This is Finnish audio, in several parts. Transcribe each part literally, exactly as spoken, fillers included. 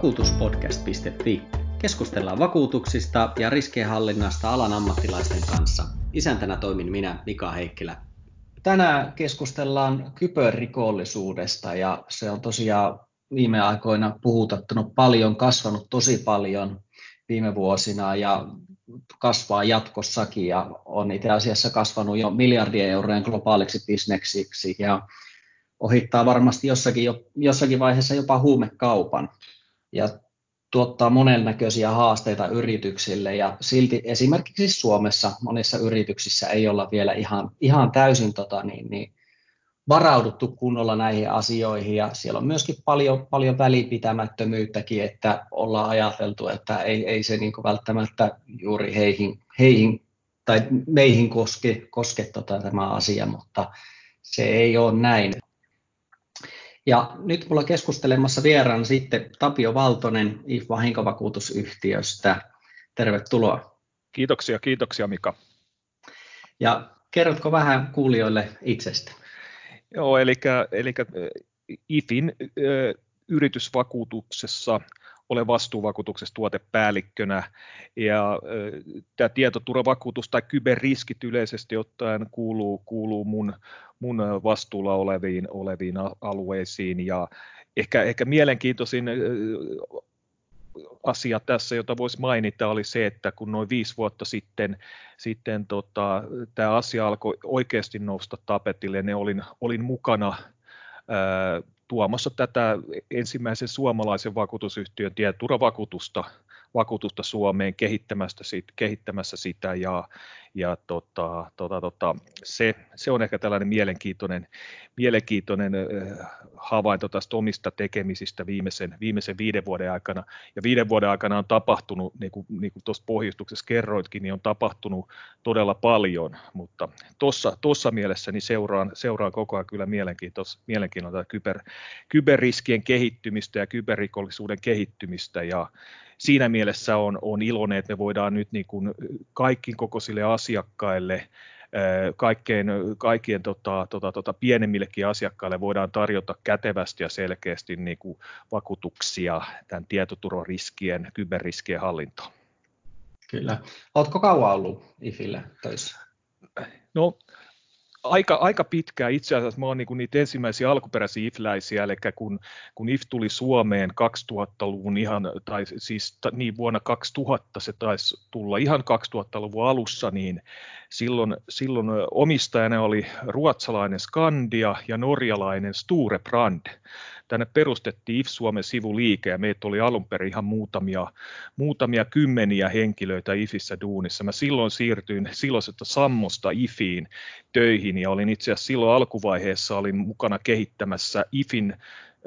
vakuutuspodcast piste fi. Keskustellaan vakuutuksista ja riskienhallinnasta alan ammattilaisten kanssa. Isäntänä toimin minä, Mika Heikkilä. Tänään keskustellaan kyberrikollisuudesta ja se on tosiaan viime aikoina puhutattanut paljon, kasvanut tosi paljon viime vuosina ja kasvaa jatkossakin ja on itse asiassa kasvanut jo miljardien eurojen globaaliksi bisneksiksi ja ohittaa varmasti jossakin, jossakin vaiheessa jopa huumekaupan ja tuottaa monennäköisiä haasteita yrityksille ja silti esimerkiksi Suomessa monissa yrityksissä ei olla vielä ihan, ihan täysin tota, niin, niin, varauduttu kunnolla näihin asioihin ja siellä on myöskin paljon, paljon välipitämättömyyttäkin, että ollaan ajateltu, että ei, ei se niin kuin välttämättä juuri heihin, heihin tai meihin koske, koske tota, tämä asia, mutta se ei ole näin. Ja nyt mulla keskustelemassa vieraan sitten Tapio Valtonen I F Vahinkovakuutusyhtiöstä. Tervetuloa. Kiitoksia, kiitoksia Mika. Ja kerrotko vähän kuulijoille itsestä? Joo, eli, eli I F in ö, yritysvakuutuksessa olen vastuuvakuutuksessa tuotepäällikkönä ja ö, tämä tietoturvavakuutus tai kyberriskit yleisesti ottaen kuuluu, kuuluu mun, mun vastuulla oleviin, oleviin alueisiin ja ehkä, ehkä mielenkiintoisin ö, asia tässä, jota voisi mainita, oli se, että kun noin viisi vuotta sitten, sitten tota, tämä asia alkoi oikeasti nousta tapetille, niin olin, olin mukana ää, tuomassa tätä ensimmäisen suomalaisen vakuutusyhtiön tietoturvavakuutusta vakuutusta Suomeen, kehittämässä, sit, kehittämässä sitä ja, ja tota, tota, tota, se, se on ehkä tällainen mielenkiintoinen, mielenkiintoinen äh, havainto tästä omista tekemisistä viimeisen, viimeisen viiden vuoden aikana. Ja viiden vuoden aikana on tapahtunut, niin kuin, niin kuin tuossa pohjustuksessa kerroitkin, niin on tapahtunut todella paljon, mutta tuossa, tuossa mielessä niin seuraan, seuraan koko ajan kyllä mielenkiintoista kyber, kyberriskien kehittymistä ja kyberrikollisuuden kehittymistä ja siinä mielessä on, on iloinen, että me voidaan nyt niin kuin kaikkiin kokoisille asiakkaille, kaikkein, kaikkien tota, tota, tota, pienemmillekin asiakkaille voidaan tarjota kätevästi ja selkeästi niin kuin vakuutuksia tämän tietoturvariskien, kyberriskien hallintoon. Kyllä. Oletko kauan ollut I F Illä töissä? No, Aika, aika pitkään itse asiassa, mä oon niinku niitä ensimmäisiä alkuperäisiä IF-läisiä, eli kun, kun I F tuli Suomeen kaksituhattaluvun ihan, tai siis niin vuonna kaksituhatta se taisi tulla ihan kaksituhattaluvun alussa, niin silloin, silloin omistajana oli ruotsalainen Skandia ja norjalainen Storebrand. Tänne perustettiin I F Suomen sivuliike ja meitä oli alun perin ihan muutamia, muutamia kymmeniä henkilöitä I Fissä duunissa. Mä silloin siirtyin silloisesta Sammosta I Fiin töihin ja olin itse asiassa silloin alkuvaiheessa olin mukana kehittämässä I Fin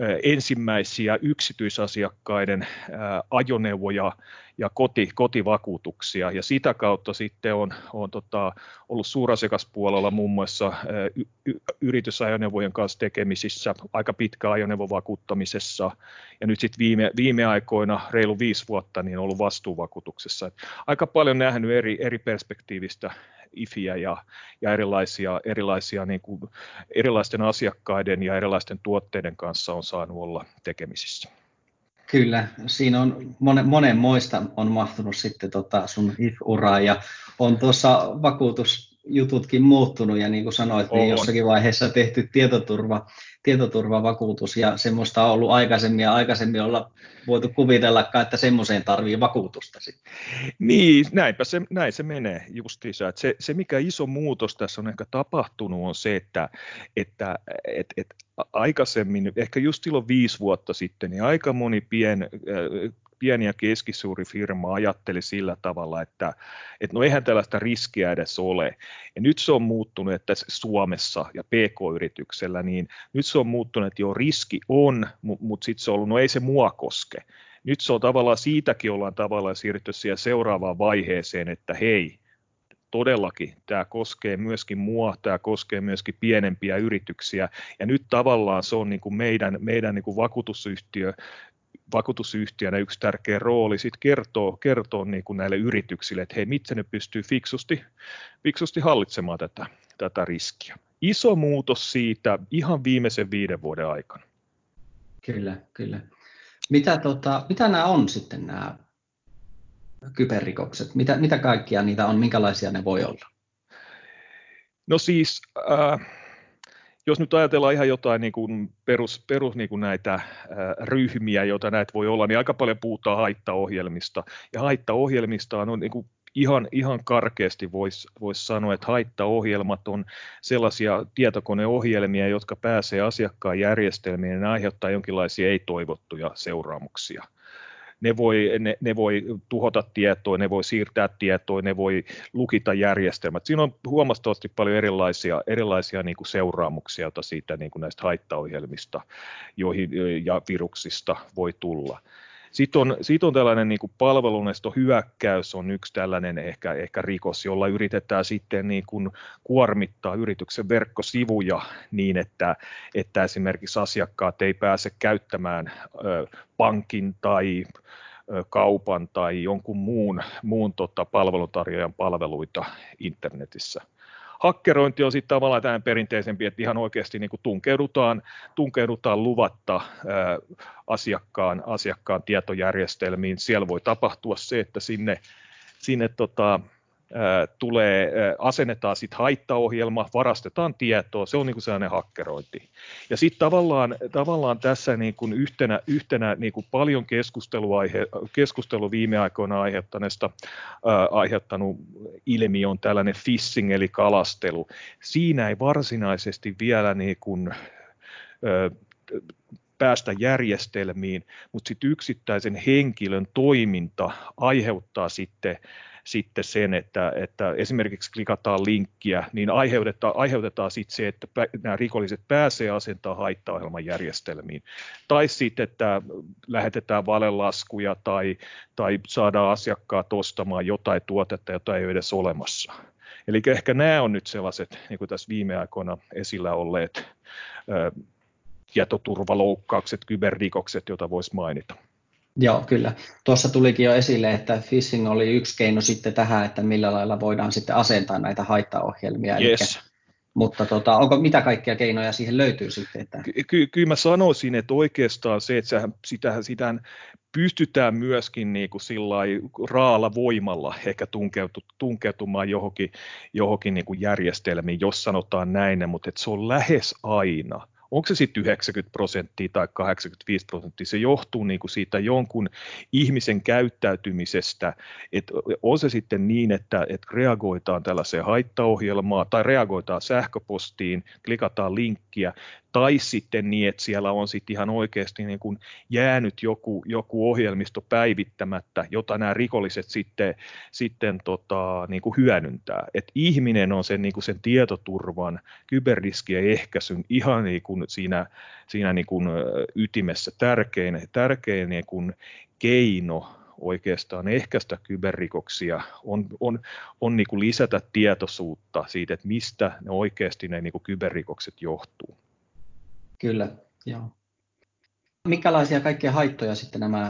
ensimmäisiä yksityisasiakkaiden ajoneuvoja ja koti, kotivakuutuksia ja sitä kautta sitten on, on tota, ollut suurasiakaspuolella muun muassa y, y, yritysajoneuvojen kanssa tekemisissä, aika pitkä ajoneuvovakuuttamisessa ja nyt sitten viime, viime aikoina reilu viisi vuotta niin on ollut vastuuvakuutuksessa. Et aika paljon nähnyt eri, eri perspektiivistä I Fiä ja, ja erilaisia, erilaisia niin kuin, erilaisten asiakkaiden ja erilaisten tuotteiden kanssa on saanut olla tekemisissä. Kyllä, siinä on monen, monenmoista on mahtunut sitten tota sun I F-uraan ja on tuossa vakuutusjututkin muuttunut ja niin kuin sanoit, niin jossakin vaiheessa tehty tietoturva, tietoturvavakuutus ja semmoista on ollut aikaisemmin ja aikaisemmin olla voitu kuvitellakaan, että semmoiseen tarvii vakuutusta sitten. Niin, näinpä se, näin se menee justiinsa. Se, se, mikä iso muutos tässä on ehkä tapahtunut, on se, että, että et, et aikaisemmin, ehkä just silloin viisi vuotta sitten, niin aika moni pien, pieni ja keskisuuri firma ajatteli sillä tavalla, että, että no eihän tällaista riskiä edes ole. Ja nyt se on muuttunut, että Suomessa ja P K-yrityksellä, niin nyt se on muuttunut, että joo, riski on, mutta sitten se on ollut, no ei se mua koske. Nyt se on tavallaan, siitäkin ollaan tavallaan siirrytty siihen seuraavaan vaiheeseen, että hei, todellakin tämä koskee myöskin mua, tämä koskee myöskin pienempiä yrityksiä, ja nyt tavallaan se on niin kuin meidän, meidän niin kuin vakuutusyhtiö, vakuutusyhtiönä yksi tärkeä rooli sit kertoo, kertoo niin kuin näille yrityksille, että hei, miten ne pystyy fiksusti, fiksusti hallitsemaan tätä, tätä riskiä. Iso muutos siitä ihan viimeisen viiden vuoden aikana. Kyllä, kyllä. Mitä, tota, mitä nämä on sitten nämä kyberrikokset? Mitä, mitä kaikkia niitä on? Minkälaisia ne voi olla? No siis, äh, jos nyt ajatellaan ihan jotain niin kuin perus, perus niin kuin näitä äh, ryhmiä, joita näitä voi olla, niin aika paljon puhutaan haittaohjelmista. Ja haittaohjelmista on niin kuin ihan, ihan karkeasti voisi vois sanoa, että haittaohjelmat on sellaisia tietokoneohjelmia, jotka pääsee asiakkaan järjestelmiin ja ne aiheuttaa jonkinlaisia ei-toivottuja seuraamuksia. Ne voi, ne, ne voi tuhota tietoa, ne voi siirtää tietoa, ne voi lukita järjestelmät. Siinä on huomattavasti paljon erilaisia, erilaisia niin kuin seuraamuksia, joita siitä niin kuin näistä haittaohjelmista joihin, ja viruksista voi tulla. Sitten on, sitten on tällainen niin kuin palveluneston hyökkäys on yksi tällainen ehkä, ehkä rikos, jolla yritetään sitten niin kuin kuormittaa yrityksen verkkosivuja niin, että, että esimerkiksi asiakkaat ei pääse käyttämään ö, pankin tai ö, kaupan tai jonkun muun, muun tota, palveluntarjoajan palveluita internetissä. Hakkerointi on sitten tavallaan tämän perinteisempi, että ihan oikeasti niin kuin tunkeudutaan, tunkeudutaan luvatta ää, asiakkaan, asiakkaan tietojärjestelmiin. Siellä voi tapahtua se, että sinne, sinne tota, ää, tulee, ää, asennetaan sit haittaohjelma, varastetaan tietoa, se on niin kuin sellainen hakkerointi. Ja sitten tavallaan, tavallaan tässä niin kuin yhtenä, yhtenä niin kuin paljon keskustelua viime aikoina aiheuttaneesta, ää, aiheuttanut ilmiö on tällainen phishing eli kalastelu. Siinä ei varsinaisesti vielä niin kuin, ää, päästä järjestelmiin, mutta sitten yksittäisen henkilön toiminta aiheuttaa sitten sitten sen, että, että esimerkiksi klikataan linkkiä, niin aiheutetaan, aiheutetaan sitten se, että nämä rikolliset pääsee asentaa haittaohjelman järjestelmiin. Tai sitten, että lähetetään valelaskuja tai, tai saadaan asiakkaat ostamaan jotain tuotetta, jota ei ole edes olemassa. Eli ehkä nämä on nyt sellaiset, niin kuin tässä viime aikoina esillä olleet ää, tietoturvaloukkaukset, kyberrikokset, joita voisi mainita. Joo, kyllä. Tuossa tulikin jo esille, että phishing oli yksi keino sitten tähän, että millä lailla voidaan sitten asentaa näitä haittaohjelmia. Yes. Elikkä, mutta tota, onko mitä kaikkia keinoja siihen löytyy sitten? Että... Ky- ky- kyllä mä sanoisin, että oikeastaan se, että sitä, sitä pystytään myöskin niin kuin sillai raalla voimalla ehkä tunkeutu, tunkeutumaan johonkin, johonkin niin kuin järjestelmiin, jos sanotaan näin, mutta että se on lähes aina. Onko se sitten yhdeksänkymmentä prosenttia tai kahdeksankymmentäviisi prosenttia, se johtuu niin kuin siitä jonkun ihmisen käyttäytymisestä, että on se sitten niin, että, että reagoitaan tällaiseen haittaohjelmaan tai reagoitaan sähköpostiin, klikataan linkkiä, tai sitten niin, että siellä on sitten ihan oikeasti niin kuin jäänyt joku, joku ohjelmisto päivittämättä, jota nämä rikolliset sitten, sitten tota, niin kuin hyödyntää. Et ihminen on sen, niin kuin sen tietoturvan, kyberriskien ehkäisyn ihan niin kuin siinä, siinä niin kuin ytimessä tärkein, tärkein niin kuin keino oikeastaan ehkäistä kyberrikoksia on, on, on niin kuin lisätä tietoisuutta siitä, että mistä ne oikeasti ne niin kuin kyberrikokset johtuu. Kyllä, joo. Minkälaisia kaikkia haittoja sitten nämä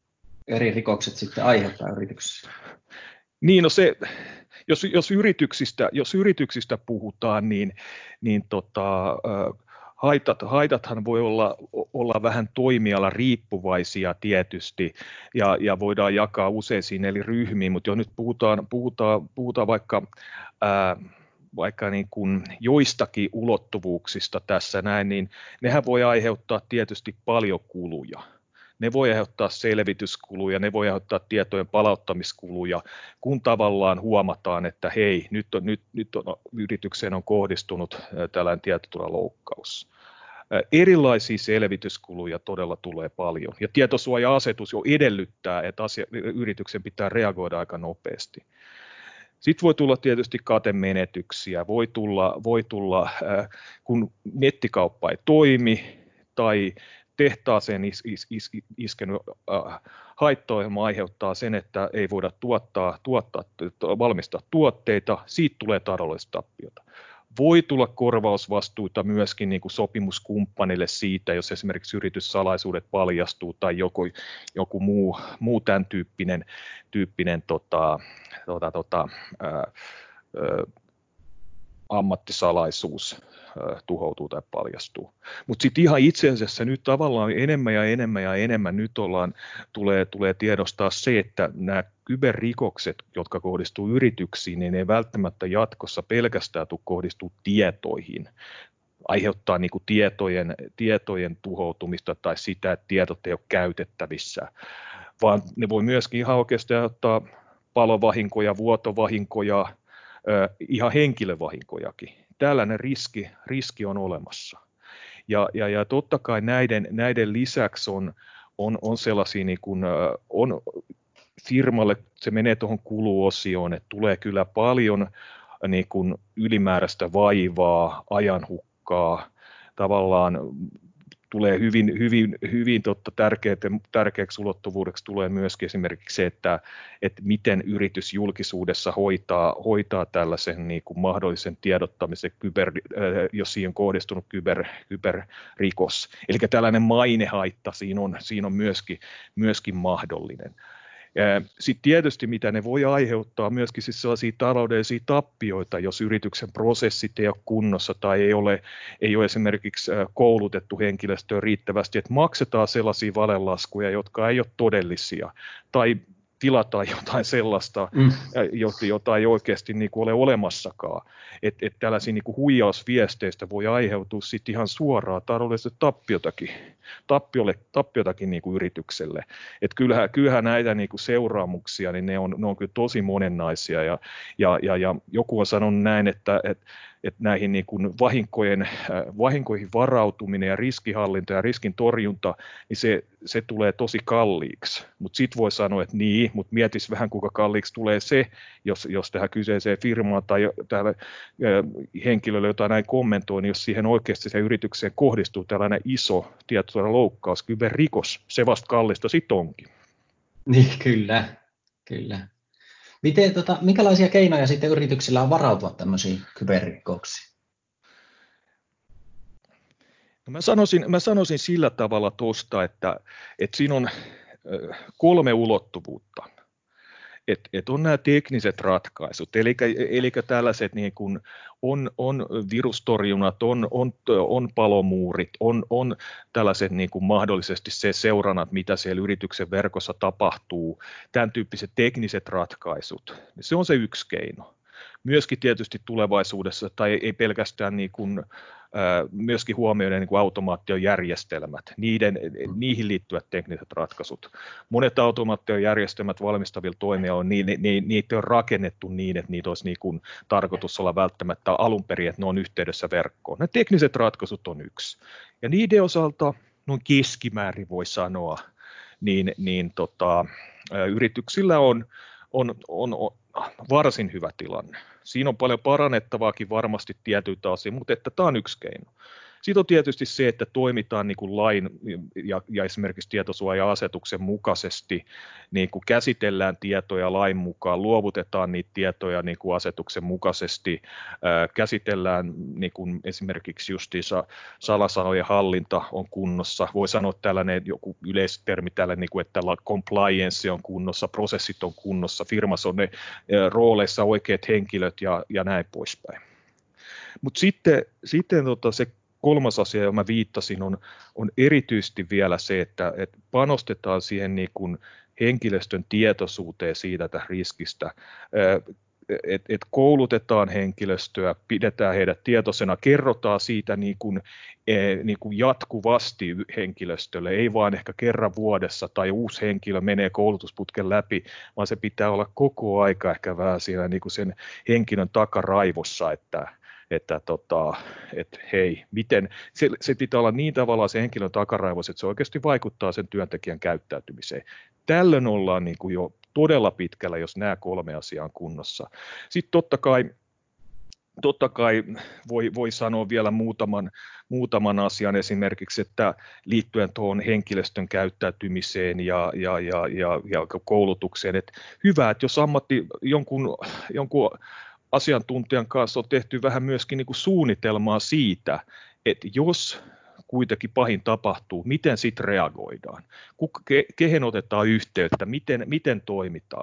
eri rikokset sitten aiheuttaa yrityksissä? Niin, no se, jos, jos, yrityksistä, jos yrityksistä puhutaan, niin, niin tota, haitat, haitathan voi olla, olla vähän toimiala riippuvaisia tietysti, ja, ja voidaan jakaa useisiin eri ryhmiin, mutta jos nyt puhutaan, puhutaan, puhutaan vaikka... Ää, vaikka niin kuin joistakin ulottuvuuksista tässä näin, niin nehän voi aiheuttaa tietysti paljon kuluja. Ne voi aiheuttaa selvityskuluja, ne voi aiheuttaa tietojen palauttamiskuluja, kun tavallaan huomataan, että hei, nyt, on, nyt, nyt on, yritykseen on kohdistunut tällainen tietoturvaloukkaus. Erilaisia selvityskuluja todella tulee paljon, ja tietosuoja-asetus jo edellyttää, että asia, yrityksen pitää reagoida aika nopeasti. Sitten voi tulla tietysti katemenetyksiä, voi tulla, voi tulla kun nettikauppa ei toimi tai tehtaaseen is, is, is, iskenyt äh, haittaohjelma aiheuttaa sen, että ei voida tuottaa, tuottaa, valmistaa tuotteita, siitä tulee taloudellista tappiota. Voi tulla korvausvastuuta myöskin niin kuin sopimuskumppanille siitä, jos esimerkiksi yrityssalaisuudet paljastuu tai joku, joku muu, muu tämän tyyppinen, tyyppinen tota, tota, tota, ää, ää, ammattisalaisuus tuhoutuu tai paljastuu. Mutta sitten ihan itse asiassa nyt tavallaan enemmän ja enemmän ja enemmän nyt ollaan, tulee, tulee tiedostaa se, että nämä kyberrikokset, jotka kohdistuu yrityksiin, niin ei välttämättä jatkossa pelkästään tule kohdistuu tietoihin, aiheuttaa niin kuin tietojen, tietojen tuhoutumista tai sitä, että tiedot ei ole käytettävissä, vaan ne voi myöskin ihan oikeasti aiheuttaa palovahinkoja, vuotovahinkoja, ihan henkilövahinkojakin. Tällainen riski, riski on olemassa. Ja, ja, ja totta kai näiden, näiden lisäksi on, on, on sellaisia, niin kuin, on firmalle, se menee tuohon kuluosioon, että tulee kyllä paljon niin kuin ylimääräistä vaivaa, ajanhukkaa, tavallaan tulee hyvin, hyvin, hyvin totta tärkeäksi ulottuvuudeksi tulee myöskin esimerkiksi se, että, että miten yritys julkisuudessa hoitaa, hoitaa tällaisen niin kuin mahdollisen tiedottamisen, kyber, jos siihen on kohdistunut kyber, kyberrikos. Eli tällainen mainehaitta siinä on, siinä on myöskin, myöskin mahdollinen. Sitten tietysti mitä ne voi aiheuttaa myöskin siis sellaisia taloudellisia tappioita, jos yrityksen prosessit ei ole kunnossa tai ei ole, ei ole esimerkiksi koulutettu henkilöstöä riittävästi, että maksetaan sellaisia valelaskuja, jotka ei ole todellisia tai tilataan jotain sellaista, mm. jota ei oikeasti niin kuin ole olemassakaan. Että et tällaisia niin kuin huijausviesteistä voi aiheutua sitten ihan suoraan taloudellisesti tappiotakin, tappiolle, tappiotakin niin kuin yritykselle. Et kyllähän, kyllähän näitä niin kuin seuraamuksia, niin ne on, ne on kyllä tosi monenlaisia. Ja, ja, ja, ja joku on sanonut näin, että et, että näihin niin kuin vahinkojen, äh, vahinkoihin varautuminen ja riskihallinta ja riskin torjunta, niin se, se tulee tosi kalliiksi. Mutta sitten voi sanoa, että niin, mutta mietis vähän kuinka kalliiksi tulee se, jos, jos tähän kyseiseen firmaan tai tälle äh, henkilölle jotain näin kommentoi, niin jos siihen oikeasti se yritykseen kohdistuu tällainen iso tietosuojaloukkaus, kyberrikos, se vasta kallista sitten onkin. Niin, kyllä, kyllä. Miten, tota, minkälaisia keinoja sitten yrityksillä on varautua tämmöisiin kyberrikoksiin? No mä, sanoisin, mä sanoisin sillä tavalla tuosta, että, että siinä on kolme ulottuvuutta. Että et on nämä tekniset ratkaisut, eli, eli tällaiset niin kuin on, on virustorjunnat, on, on, on palomuurit, on, on tällaiset niin kuin mahdollisesti se seurannat, mitä siellä yrityksen verkossa tapahtuu, tämän tyyppiset tekniset ratkaisut, se on se yksi keino. Myöskin tietysti tulevaisuudessa, tai ei pelkästään niin kuin, myöskin huomioiden niin kuin automaatiojärjestelmät, niiden, niihin liittyvät tekniset ratkaisut. Monet automaatiojärjestelmät valmistavilla toimijoilla, niin, niin, niitä on rakennettu niin, että niitä olisi niin kuin tarkoitus olla välttämättä alun perin, että ne on yhteydessä verkkoon. Ne tekniset ratkaisut on yksi. Ja niiden osalta, noin keskimäärin voi sanoa, niin, niin tota, yrityksillä on, on, on, on varsin hyvä tilanne. Siinä on paljon parannettavaakin varmasti tietyiltä osin, mutta että tämä on yksi keino. Sitten on tietysti se, että toimitaan niin kuin lain ja, ja esimerkiksi tietosuoja-asetuksen mukaisesti, niin kuin käsitellään tietoja lain mukaan, luovutetaan niitä tietoja niin kuin asetuksen mukaisesti, ää, käsitellään niin kuin esimerkiksi justiinsa salasanojen hallinta on kunnossa. Voi sanoa tällainen joku yleistermi, tällainen, niin kuin, että compliance on kunnossa, prosessit on kunnossa, firmassa on ne ää, rooleissa oikeat henkilöt ja, ja näin poispäin. Mutta sitten, sitten tota, se kolmas asia, johon mä viittasin, on, on erityisesti vielä se, että, että panostetaan siihen niin kuin henkilöstön tietoisuuteen siitä tästä riskistä, että et koulutetaan henkilöstöä, pidetään heidät tietoisena, kerrotaan siitä niin kuin, niin kuin jatkuvasti henkilöstölle, ei vaan ehkä kerran vuodessa tai uusi henkilö menee koulutusputken läpi, vaan se pitää olla koko aika ehkä vähän siellä niin kuin sen henkilön takaraivossa, että että tota, et hei, miten, se, se pitää olla niin tavallaan se henkilön takaraivossa, että se oikeasti vaikuttaa sen työntekijän käyttäytymiseen. Tällöin ollaan niin kuin jo todella pitkällä, jos nämä kolme asiaa on kunnossa. Sitten totta kai, totta kai voi, voi sanoa vielä muutaman, muutaman asian esimerkiksi, että liittyen tuohon henkilöstön käyttäytymiseen ja, ja, ja, ja, ja koulutukseen, että hyvä, että jos ammatti jonkun, jonkun asiantuntijan kanssa on tehty vähän myöskin niin kuin suunnitelmaa siitä, että jos kuitenkin pahin tapahtuu, miten sitten reagoidaan, kehen otetaan yhteyttä, miten, miten toimitaan.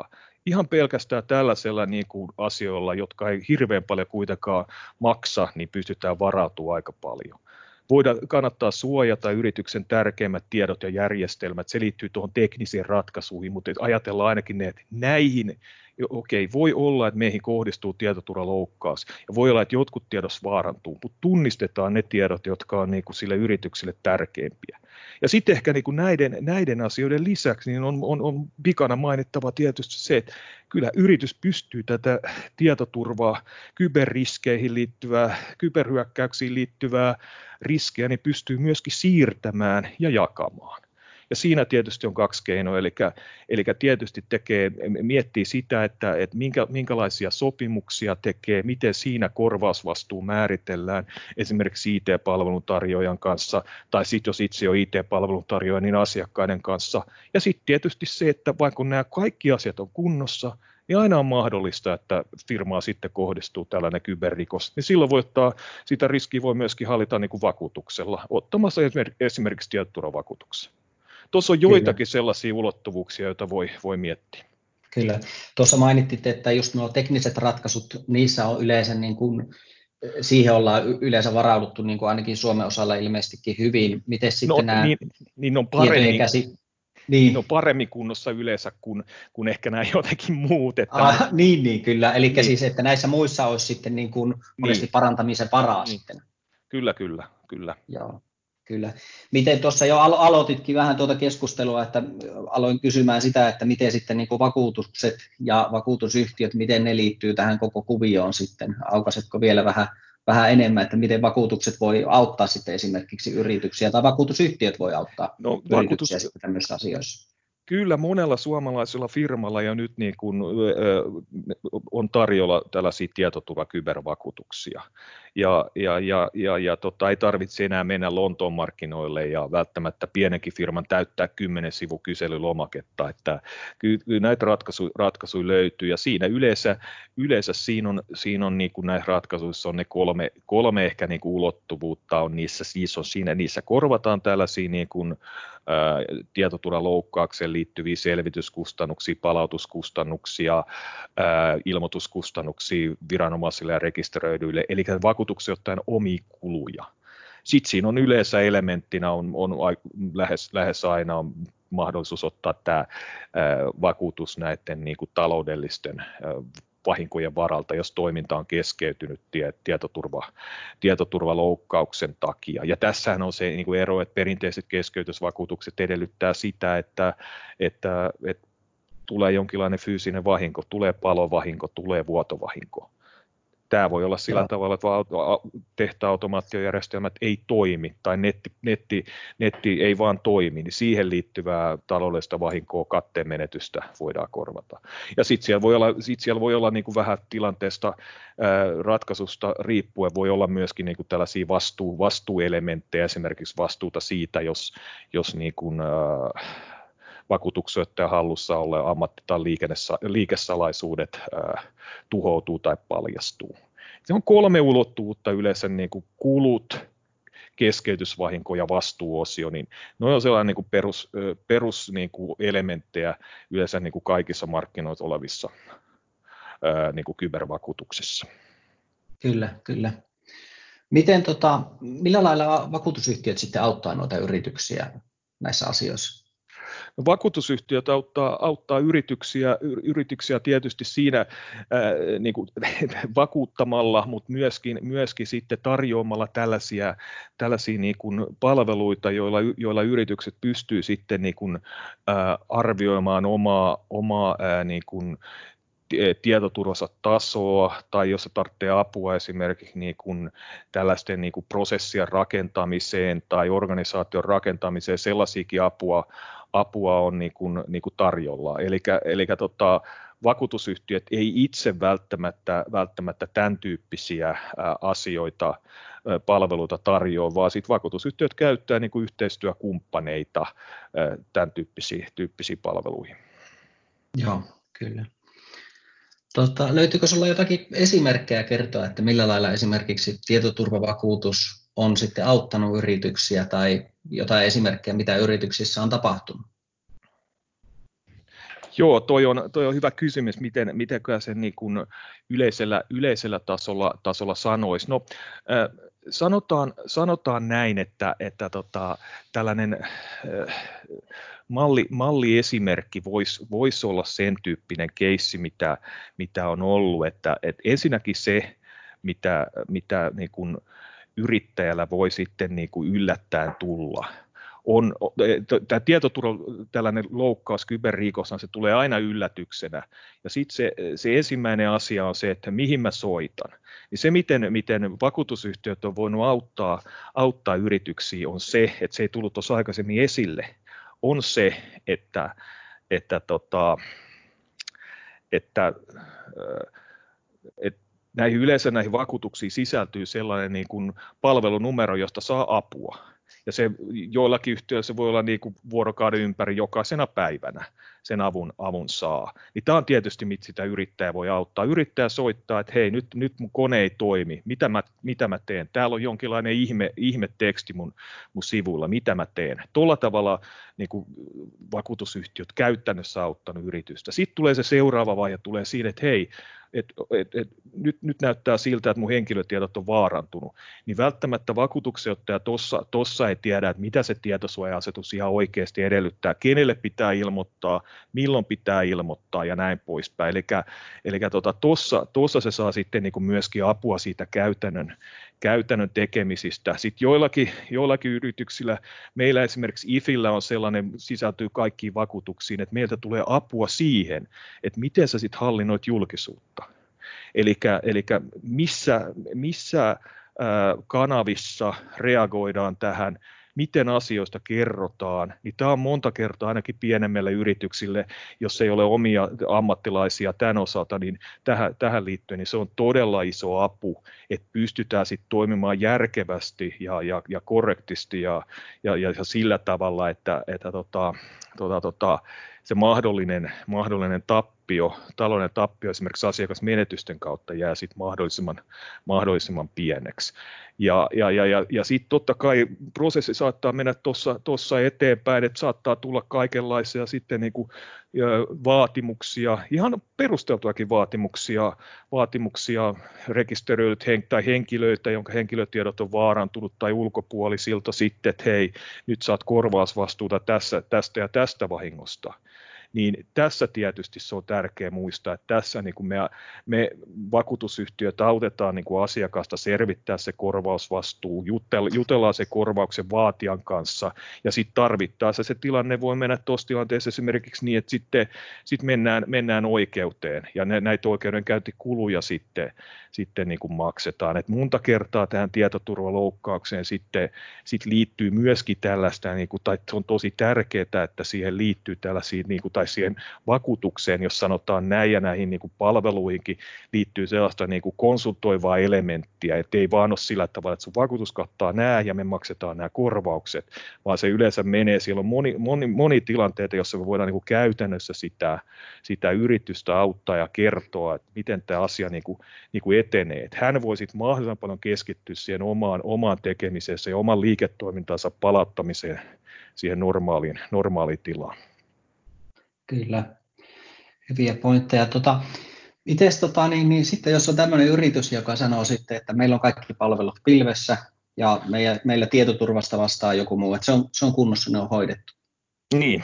ihan pelkästään tällaisella niin kuin asioilla, jotka ei hirveän paljon kuitenkaan maksa, niin pystytään varautumaan aika paljon. Voidaan, kannattaa suojata yrityksen tärkeimmät tiedot ja järjestelmät, se liittyy tuohon teknisiin ratkaisuihin, mutta ajatellaan ainakin ne, että näihin, okei, voi olla, että meihin kohdistuu tietoturvaloukkaus, ja voi olla, että jotkut tiedos vaarantuu, mutta tunnistetaan ne tiedot, jotka on niin kuin sille yritykselle tärkeimpiä. Ja sitten ehkä niin kuin näiden, näiden asioiden lisäksi niin on, on, on vikana mainittava tietysti se, että kyllä yritys pystyy tätä tietoturvaa, kyberriskeihin liittyvää, kyberhyökkäyksiin liittyvää riskejä, niin pystyy myöskin siirtämään ja jakamaan. Ja siinä tietysti on kaksi keinoa, eli, eli tietysti tekee, miettii sitä, että, että minkä, minkälaisia sopimuksia tekee, miten siinä korvausvastuu määritellään esimerkiksi I T-palveluntarjoajan kanssa, tai sitten jos itse on I T-palveluntarjoaja, niin asiakkaiden kanssa. Ja sitten tietysti se, että vaikka nämä kaikki asiat on kunnossa, niin aina on mahdollista, että firmaa sitten kohdistuu tällainen kyberrikos, niin silloin voi ottaa, sitä riskiä voi myöskin hallita niin kuin vakuutuksella, ottamassa esimerkiksi tietoturvavakuutuksen. Tuossa on joitakin Kyllä. sellaisia ulottuvuuksia, joita voi, voi miettiä. Kyllä. Tuossa mainittit, että just nuo tekniset ratkaisut, niissä on yleensä niin kuin, siihen ollaan yleensä varauduttu niin kuin ainakin Suomen osalla ilmeisestikin hyvin. Miten sitten no, nämä niin, niin on paremmin, käsi... Niin. niin on paremmin kunnossa yleensä kuin, kuin ehkä nämä jotenkin muut. Että ah, mutta... Niin, niin, kyllä. Eli niin. Siis, että näissä muissa olisi sitten niin kuin monesti niin. parantamisen varaa niin. sitten. Kyllä, kyllä, kyllä. Joo. Kyllä. Miten tuossa jo alo- aloititkin vähän tuota keskustelua, että aloin kysymään sitä, että miten sitten niin kuin vakuutukset ja vakuutusyhtiöt, miten ne liittyy tähän koko kuvioon sitten? Aukaisetko vielä vähän, vähän enemmän, että miten vakuutukset voi auttaa sitten esimerkiksi yrityksiä tai vakuutusyhtiöt voi auttaa no, yrityksiä vakuutus... sitten tämmöisissä asioissa? Kyllä monella suomalaisella firmalla jo nyt niin kuin, ö, on tarjolla tällaisia tietoturvakybervakuutuksia. Ja, ja, ja, ja, ja tota, ei tarvitse enää mennä Lontoon markkinoille ja välttämättä pienenkin firman täyttää kymmenen sivun kyselylomaketta. Että kyllä näitä ratkaisuja, ratkaisuja löytyy ja siinä yleensä, yleensä siinä on, siinä on niin kuin näissä ratkaisuissa on ne kolme, kolme ehkä niin kuin ulottuvuutta on niissä, siis on siinä, niissä korvataan tällaisia niin kuin, ää, tietoturvaloukkaukseen liittyviä selvityskustannuksia, palautuskustannuksia, ää, ilmoituskustannuksia viranomaisille ja rekisteröidyille, eli vakuutuksia ottaen omia kuluja. Sitten siinä on yleensä elementtinä, on, on lähes, lähes aina on mahdollisuus ottaa tämä ää, vakuutus näiden niin kuin taloudellisten ää, vahinkojen varalta, jos toiminta on keskeytynyt tietoturva, tietoturvaloukkauksen takia. Ja tässähän on se niin kuin ero, että perinteiset keskeytysvakuutukset edellyttää sitä, että, että, että tulee jonkinlainen fyysinen vahinko, tulee palovahinko, tulee vuotovahinko. Tämä voi olla sillä Joo. tavalla, että tehtäautomaattijärjestelmät ei toimi tai netti, netti, netti ei vaan toimi, niin siihen liittyvää taloudellista vahinkoa, katteen menetystä voidaan korvata. Ja sitten siellä voi olla, sit siellä voi olla niin kuin vähän tilanteesta ää, ratkaisusta riippuen, voi olla myöskin niin kuin tällaisia vastuu, vastuuelementtejä, esimerkiksi vastuuta siitä, jos, jos niin kuin, ää, vakuutuksenjohtajan hallussa olleen ammatti- tai liikesalaisuudet ää, tuhoutuu tai paljastuu. Se on kolme ulottuvuutta yleensä, niin kuin kulut, keskeytysvahinko ja vastuuosio, niin ne on sellainen niin kuin perus, perus niin kuin elementtejä yleensä niin kuin kaikissa markkinoissa olevissa ää, niin kuin kybervakuutuksissa. Kyllä, kyllä. Miten, tota, millä lailla vakuutusyhtiöt sitten auttaa noita yrityksiä näissä asioissa? Vakuutusyhtiöt auttaa, auttaa yrityksiä, yrityksiä tietysti siinä ää, niin kuin, vakuuttamalla, mutta myöskin, myöskin sitten tarjoamalla tällaisia, tällaisia niin kuin palveluita, joilla, joilla yritykset pystyy sitten niin kuin, ää, arvioimaan omaa, omaa ää, niin kuin, tietoturvansa tasoa, tai jos se tarvitsee apua esimerkiksi niin kuin tällaisten niin kuin prosessien rakentamiseen tai organisaation rakentamiseen, sellaisiakin apua, apua on niin kuin, niin kuin tarjolla. Eli, eli tota, vakuutusyhtiöt ei itse välttämättä, välttämättä tämän tyyppisiä ää, asioita, ää, palveluita tarjoa, vaan sit vakuutusyhtiöt käyttää niin kuin yhteistyökumppaneita ää, tämän tyyppisiä, tyyppisiä palveluihin. Joo, kyllä. Tota, löytyykö sinulla jotakin esimerkkejä kertoa, että millä lailla esimerkiksi tietoturvavakuutus on sitten auttanut yrityksiä tai jotain esimerkkejä, mitä yrityksissä on tapahtunut? Joo, toi on, toi on hyvä kysymys, miten, mitenköhän sen niin kuin yleisellä, yleisellä tasolla, tasolla sanoisi. No, äh, sanotaan, sanotaan näin, että, että tota, tällainen äh, malli, malliesimerkki voisi vois olla sen tyyppinen keissi, mitä, mitä on ollut, että, että ensinnäkin se, mitä, mitä niin kuin yrittäjällä voi sitten niin kuin yllättäen tulla, on, tämä tietoturva, tällainen loukkaus, kyberrikoshan, se tulee aina yllätyksenä. Ja sitten se, se ensimmäinen asia on se, että mihin mä soitan. Niin se, miten, miten vakuutusyhtiöt on voinut auttaa, auttaa yrityksiä, on se, että se ei tullut tuossa aikaisemmin esille, on se, että, että, tota, että, että näihin yleensä näihin vakuutuksiin sisältyy sellainen niin kuin palvelunumero, josta saa apua. Ja se joillakin yhtiöillä se voi olla niin kuin vuorokauden ympäri jokaisena päivänä sen avun, avun saa. Niin tämä on tietysti, mitä sitä yrittäjä voi auttaa. Yrittäjä soittaa, että hei, nyt, nyt mun kone ei toimi, mitä mä, mitä mä teen? Täällä on jonkinlainen ihme, ihme teksti mun, mun sivuilla, mitä mä teen? Tuolla tavalla niin kuin vakuutusyhtiöt käytännössä auttanut yritystä. Sitten tulee se seuraava vaihe, tulee siinä, että hei, et, et, et, nyt, nyt näyttää siltä, että mun henkilötiedot on vaarantunut, niin välttämättä vakuutuksenottaja tuossa tossa ei tiedä, että mitä se tietosuoja-asetus ihan oikeasti edellyttää, kenelle pitää ilmoittaa, milloin pitää ilmoittaa ja näin poispäin. Eli, eli tota, tuossa, tuossa se saa sitten niin kuin myöskin apua siitä käytännön, käytännön tekemisistä. Sitten joillakin, joillakin yrityksillä, meillä esimerkiksi IFillä on sellainen, sisältyy kaikkiin vakuutuksiin, että meiltä tulee apua siihen, että miten sä sitten hallinnoit julkisuutta. Eli missä, missä ää, kanavissa reagoidaan tähän, miten asioista kerrotaan, niin tämä on monta kertaa ainakin pienemmille yrityksille, jos ei ole omia ammattilaisia tämän osalta, niin tähän, tähän liittyen niin se on todella iso apu, että pystytään sitten toimimaan järkevästi ja, ja, ja korrektisti ja, ja, ja sillä tavalla, että, että tota, tota, tota, se mahdollinen, mahdollinen tappio, talouden tappio esimerkiksi asiakasmenetysten kautta jää sitten mahdollisimman, mahdollisimman pieneksi. Ja, ja, ja, ja, ja sitten totta kai prosessi saattaa mennä tuossa eteenpäin, että saattaa tulla kaikenlaisia sitten niin kuin, ja, vaatimuksia, ihan perusteltuakin vaatimuksia, vaatimuksia rekisteröidyt hen, tai henkilöiltä, jonka henkilötiedot on vaarantunut tai ulkopuolisilta sitten, että hei, nyt saat korvausvastuuta tässä, tästä ja tästä vahingosta. Niin tässä tietysti se on tärkeää muistaa, että tässä niin kuin me, me vakuutusyhtiöt autetaan niin kuin asiakasta selvittää se korvausvastuu, jutellaan se korvauksen vaatijan kanssa ja sitten tarvittaessa se tilanne voi mennä tuossa tilanteessa esimerkiksi niin, että sitten sit mennään, mennään oikeuteen ja näitä oikeudenkäyntikuluja sitten, sitten niin kuin maksetaan. Et monta kertaa tähän tietoturvaloukkaukseen sitten sit liittyy myöskin tällaista, niin kuin, tai se on tosi tärkeää, että siihen liittyy tällaisia niin kuin, tai siihen vakuutukseen, jos sanotaan näin ja näihin niin kuin palveluihinkin liittyy sellaista niin kuin konsultoivaa elementtiä, että ei vaan ole sillä tavalla, että sun vakuutus kattaa nämä ja me maksetaan nämä korvaukset, vaan se yleensä menee, siellä on moni, moni, moni tilanteita, jossa me voidaan niin kuin käytännössä sitä, sitä yritystä auttaa ja kertoa, että miten tämä asia niin kuin, niin kuin etenee. Että hän voi sitten mahdollisimman paljon keskittyä siihen omaan, omaan tekemiseen ja oman liiketoimintansa palauttamiseen siihen normaaliin, normaaliin tilaan. Kyllä, hyviä pointteja. Tota, Mites, tota, niin, niin sitten jos on tämmöinen yritys, joka sanoo sitten, että meillä on kaikki palvelut pilvessä ja meillä, meillä tietoturvasta vastaa joku muu, että se on, se on kunnossa, ne on hoidettu. Niin,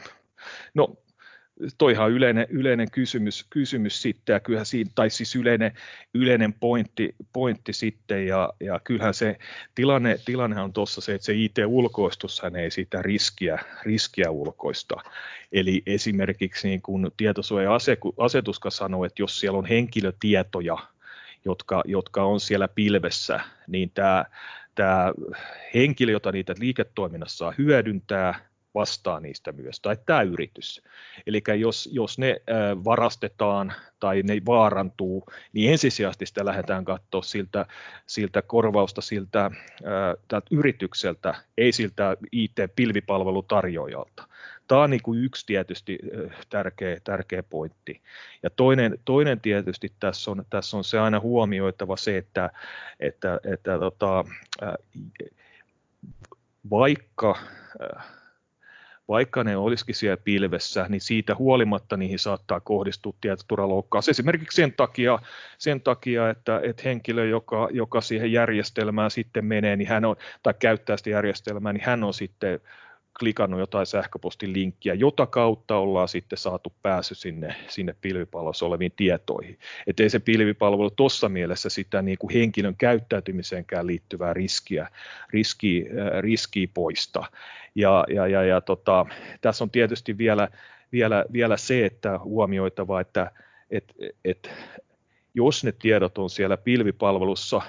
no toihan on yleinen, yleinen kysymys, kysymys sitten ja kyllähän siinä, tai siis yleinen, yleinen pointti, pointti sitten ja, ja kyllähän se tilanne, tilanne on tuossa se, että se I T-ulkoistushan ei sitä riskiä, riskiä ulkoista. Eli esimerkiksi niin kuin tietosuoja-asetus sanoo, että jos siellä on henkilötietoja, jotka, jotka on siellä pilvessä, niin tämä, tämä henkilö, jota niitä liiketoiminnassa saa hyödyntää, vastaa niistä myös, tai tämä yritys. Eli jos, jos ne äh, varastetaan tai ne vaarantuu, niin ensisijaisesti sitä lähdetään katsoa siltä, siltä korvausta siltä äh, yritykseltä, ei siltä I T-pilvipalvelutarjoajalta. Tämä on niin kuin yksi tietysti tärkeä, tärkeä pointti. Ja toinen, toinen tietysti tässä on, tässä on se aina huomioitava se, että, että, että tota, äh, vaikka äh, vaikka ne olisikin siellä pilvessä, niin siitä huolimatta niihin saattaa kohdistua tietoturvaloukkaus. Esimerkiksi sen takia, sen takia että, että henkilö, joka, joka siihen järjestelmään sitten menee, niin hän on, tai käyttää sitä järjestelmää, niin hän on sitten klikannut jotain sähköpostilinkkiä, jota kautta ollaan sitten saatu pääsy sinne, sinne pilvipalvelussa oleviin tietoihin. Että ei se pilvipalvelu tuossa mielessä sitä niin kuin henkilön käyttäytymiseenkään liittyvää riskiä, riskiä, riskiä poista. Ja, ja, ja, ja tota, tässä on tietysti vielä, vielä, vielä se, että huomioitava, että et, et, jos ne tiedot on siellä pilvipalvelussa,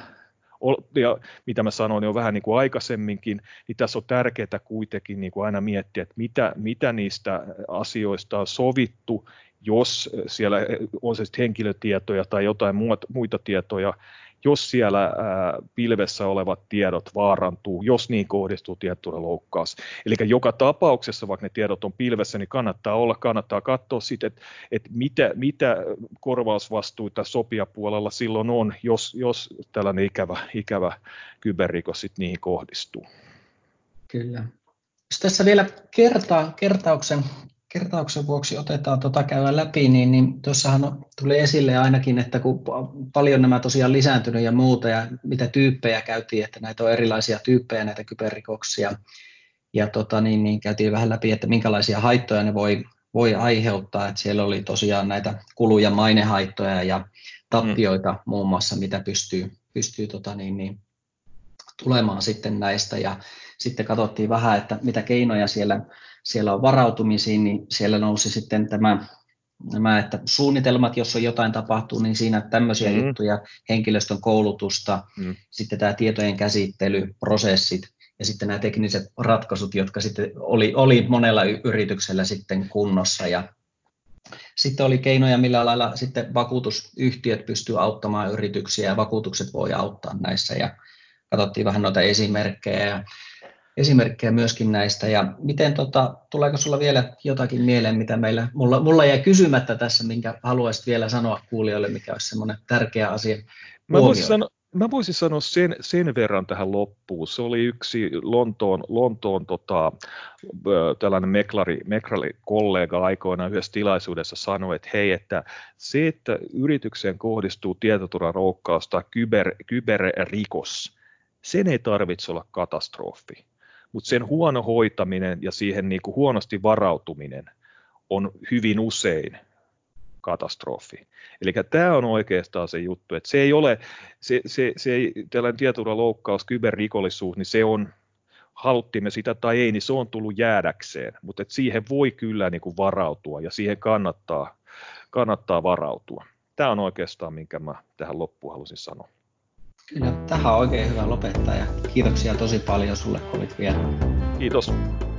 ja mitä mä sanoin jo vähän niin kuin aikaisemminkin, niin tässä on tärkeää kuitenkin niin kuin aina miettiä, että mitä, mitä niistä asioista on sovittu, jos siellä on se henkilötietoja tai jotain muita tietoja, jos siellä ää, pilvessä olevat tiedot vaarantuu, jos niin kohdistuu tietoturvaloukkaus. Eli joka tapauksessa, vaikka ne tiedot on pilvessä, niin kannattaa olla, kannattaa katsoa sitten, että, että mitä, mitä korvausvastuita sopijapuolella silloin on, jos, jos tällainen ikävä, ikävä kyberrikos sitten niihin kohdistuu. Kyllä. Jos tässä vielä kerta, kertauksen, kertauksen vuoksi otetaan tuota käydä läpi, niin, niin tuossahan tuli esille ainakin, että kun paljon nämä tosiaan lisääntynyt ja muuta, ja mitä tyyppejä käytiin, että näitä on erilaisia tyyppejä, näitä kyberrikoksia, ja tota, niin, niin käytiin vähän läpi, että minkälaisia haittoja ne voi, voi aiheuttaa, että siellä oli tosiaan näitä kulu- ja mainehaittoja ja tappioita mm. muun muassa, mitä pystyy, pystyy tota, niin, niin, tulemaan sitten näistä, ja sitten katsottiin vähän, että mitä keinoja siellä, siellä on varautumisiin, niin siellä nousi sitten tämä, nämä, että suunnitelmat, jos on jotain tapahtuu, niin siinä tämmöisiä mm. juttuja, henkilöstön koulutusta, mm. sitten tämä tietojen käsittely, prosessit, ja sitten nämä tekniset ratkaisut, jotka sitten oli, oli monella yrityksellä sitten kunnossa, ja sitten oli keinoja, millä lailla sitten vakuutusyhtiöt pystyvät auttamaan yrityksiä, ja vakuutukset voi auttaa näissä, ja katsottiin vähän noita esimerkkejä ja esimerkkejä myöskin näistä. Ja miten, tota, tuleeko sinulla vielä jotakin mieleen, mitä meillä, mulla, mulla jäi kysymättä tässä, minkä haluaisit vielä sanoa kuulijoille, mikä olisi semmoinen tärkeä asia Mä voisin sanoa, mä voisin sanoa sen, sen verran tähän loppuun. Se oli yksi Lontoon, Lontoon tota, tällainen meklari, meklari-kollega aikoinaan yhdessä tilaisuudessa sanoi, että hei, että se, että yritykseen kohdistuu tietoturvaroukkaus tai kyber, kyberrikos, sen ei tarvitse olla katastrofi, mutta sen huono hoitaminen ja siihen niin kuin huonosti varautuminen on hyvin usein katastrofi. Eli tämä on oikeastaan se juttu, että se ei ole, se, se, se ei, tällainen tietoturvaloukkaus, kyberrikollisuus, niin se on, haluttimme sitä tai ei, niin se on tullut jäädäkseen, mutta että siihen voi kyllä niin kuin varautua ja siihen kannattaa, kannattaa varautua. Tämä on oikeastaan, minkä mä tähän loppuun halusin sanoa. Kyllä, tähän on oikein hyvä lopettaa ja kiitoksia tosi paljon sulle, kun olit vielä. Kiitos.